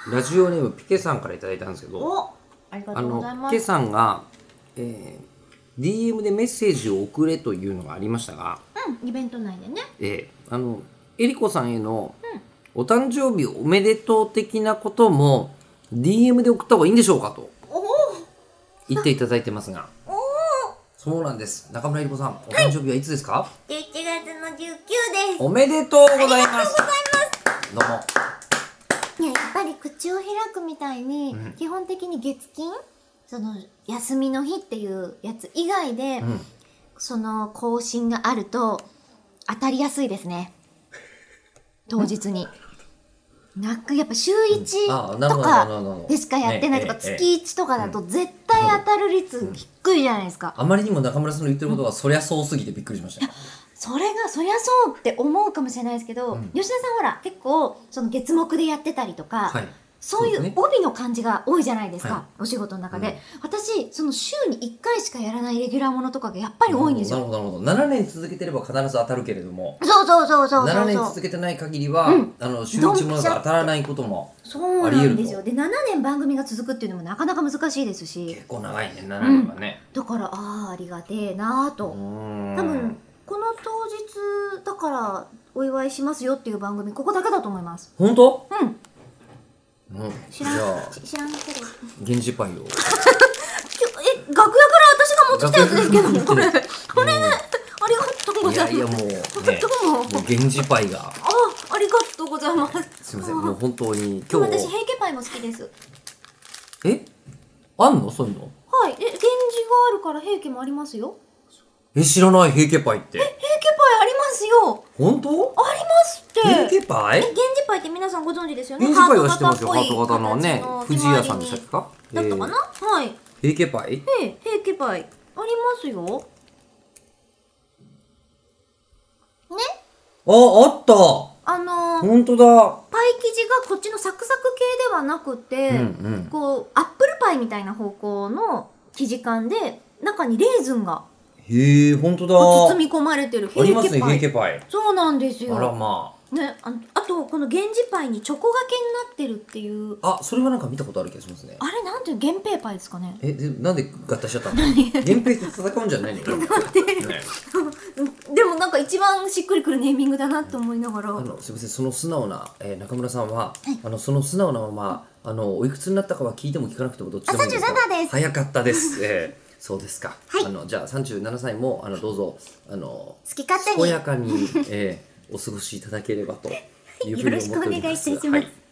ラジオネームピケさんからいただいたんですけど、 お、ありがとうございます。 ピケさんが、DM でメッセージを送れというのがありましたが、 イベント内でね。 えりこさんへのお誕生日おめでとう的なことも DM で送った方がいいんでしょうかと言っていただいてますが、そうなんです。中村えりこさん、お誕生日はいつですか 11月の19です。 おめでとうございます。どうも。 いや、やっぱり口を開くみたいに、基本的に月金、その休みの日っていうやつ以外で、その更新があると当たりやすいですね。当日に。やっぱ週1とかでしかやってないとか、月1とかだと絶対当たる率低いじゃないですか。 あまりにも中村さんの言ってることがそりゃそうすぎてびっくりしました。 そりゃそうって思うかもしれないですけど、吉田さんほら結構その月木でやってたりとか、そういう帯の感じが多いじゃないですか、お仕事の中で。私その週に1回しかやらないレギュラーものとかがやっぱり多いんですよ。 なるほどなるほど。7年続けてれば必ず当たるけれども、 そう 7年続けてない限りは、週1ものが当たらないこともあり得ると。そうなんですよ。で7年番組が続くっていうのもなかなか難しいですし、 結構長いね、7年はね。 だからありがてえなぁと。多分この当日だからお祝いしますよっていう番組ここだけだと思います。 本当？ 知らんけど源氏パイを楽屋から私が持ってきたやつですけど、これね、ありがとうございます。 いやもうね、源氏パイがありがとうございます。 すみません、もう本当に今日私平家パイも好きです。 あんのそういうの？ はい、源氏があるから平家もありますよ。 知らない。平家パイって平家パイありますよ。 本当？ ありますって。 平家パイ？ 源氏パイって皆さんご存知ですよね。 源氏パイは知ってますよ。ハート型のね、藤屋さんでしたっけか？ だったかな？はい。 平家パイ？ 平家パイありますよ。ね？ あった。本当だ。 パイ生地がこっちのサクサク系ではなくて、こうアップルパイみたいな方向の生地感で中にレーズンが本当だ。 包み込まれてる平家パイ。ありますね、平家パイ。 そうなんですよ。 あらまあ。 ね、あとこの源氏パイにチョコがけになってるっていう。 それはなんか見たことある気がしますね。 あれなんていう源平パイですかね。 なんで合体しちゃったの？源平って戦うんじゃないの？ でもなんか一番しっくりくるネーミングだなと思いながら。 すみません、その素直な、中村さんは、その素直なままおいくつになったかは聞いても聞かなくてもどっちでもいいんですが。 37です。 早かったです。そうですか。じゃあ37歳もどうぞ好き勝手に健やかに、お過ごしいただければというふうに思っております。 よろしくお願いいたします。